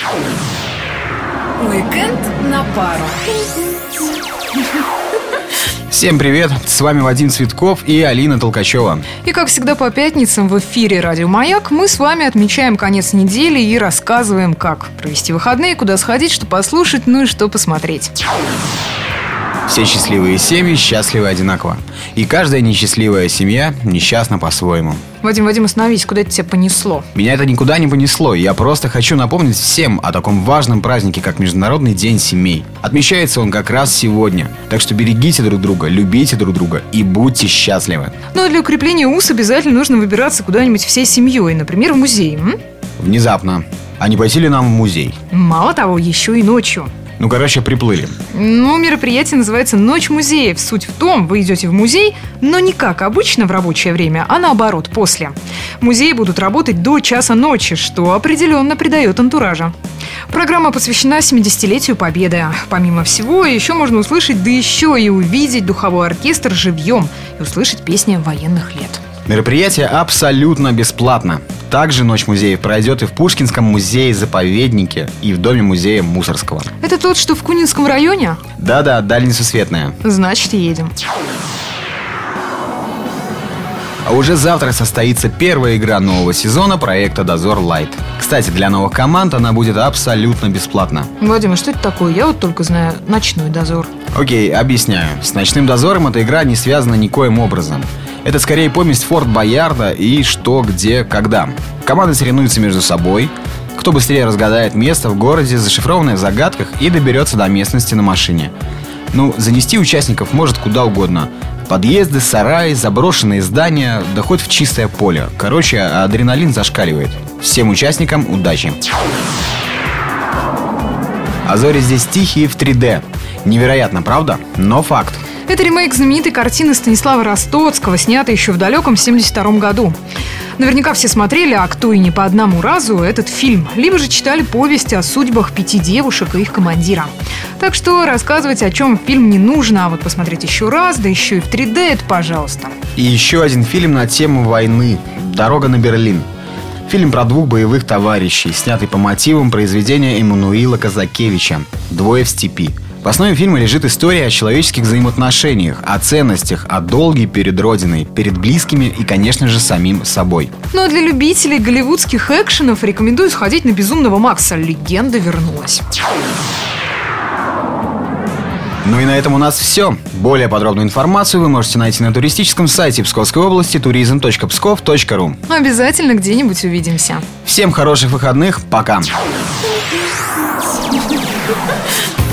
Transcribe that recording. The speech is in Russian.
Уикенд на пару. Всем привет, с вами Вадим Цветков и Алина Толкачева. И как всегда по пятницам в эфире «Радио Маяк» мы с вами отмечаем конец недели и рассказываем, как провести выходные, куда сходить, что послушать, ну и что посмотреть. Все счастливые семьи счастливы одинаково. И каждая несчастливая семья несчастна по-своему. Вадим, остановись, куда это тебя понесло? Меня это никуда не понесло. Я просто хочу напомнить всем о таком важном празднике, как Международный день семей. Отмечается он как раз сегодня. Так что берегите друг друга, любите друг друга и будьте счастливы. Ну а для укрепления уз обязательно нужно выбираться куда-нибудь всей семьей, например, в музей. Внезапно. А не пойти ли нам в музей? Мало того, еще и ночью. Приплыли. Мероприятие называется «Ночь музеев». Суть в том, вы идете в музей, но не как обычно в рабочее время, а наоборот, после. Музеи будут работать до часа ночи, что определенно придает антуража. Программа посвящена 70-летию Победы. Помимо всего, еще можно услышать, да еще и увидеть духовой оркестр живьем и услышать песни военных лет. Мероприятие абсолютно бесплатно. Также Ночь музеев пройдет и в Пушкинском музее-заповеднике, и в Доме музея Мусорского. Это тот, что в Кунинском районе? Да, дальнесусветная. Значит, едем. А уже завтра состоится первая игра нового сезона проекта «Дозор Лайт». Кстати, для новых команд она будет абсолютно бесплатна. Вадим, а что это такое? Я вот только знаю «Ночной дозор». Окей, объясняю. С «Ночным дозором» эта игра не связана никоим образом. Это скорее помесь Форт Боярда и «Что, где, когда». Команды соревнуются между собой. Кто быстрее разгадает место в городе, зашифрованное в загадках, и доберется до местности на машине. Занести участников может куда угодно. Подъезды, сараи, заброшенные здания, да хоть в чистое поле. Короче, адреналин зашкаливает. Всем участникам удачи! А зори здесь тихие в 3D. Невероятно, правда? Но факт. Это ремейк знаменитой картины Станислава Ростоцкого, снятой еще в далеком 1972 году. Наверняка все смотрели, а кто и не по одному разу, этот фильм. Либо же читали повесть о судьбах 5 девушек и их командира. Так что рассказывать, о чем фильм, не нужно, а вот посмотреть еще раз, да еще и в 3D, это пожалуйста. И еще один фильм на тему войны «Дорога на Берлин». Фильм про 2 боевых товарищей, снятый по мотивам произведения Эммануила Казакевича «Двое в степи». В основе фильма лежит история о человеческих взаимоотношениях, о ценностях, о долге перед Родиной, перед близкими и, конечно же, самим собой. Ну а для любителей голливудских экшенов рекомендую сходить на «Безумного Макса». Легенда вернулась. Ну и на этом у нас все. Более подробную информацию вы можете найти на туристическом сайте Псковской области tourism.pskov.ru. Обязательно где-нибудь увидимся. Всем хороших выходных. Пока.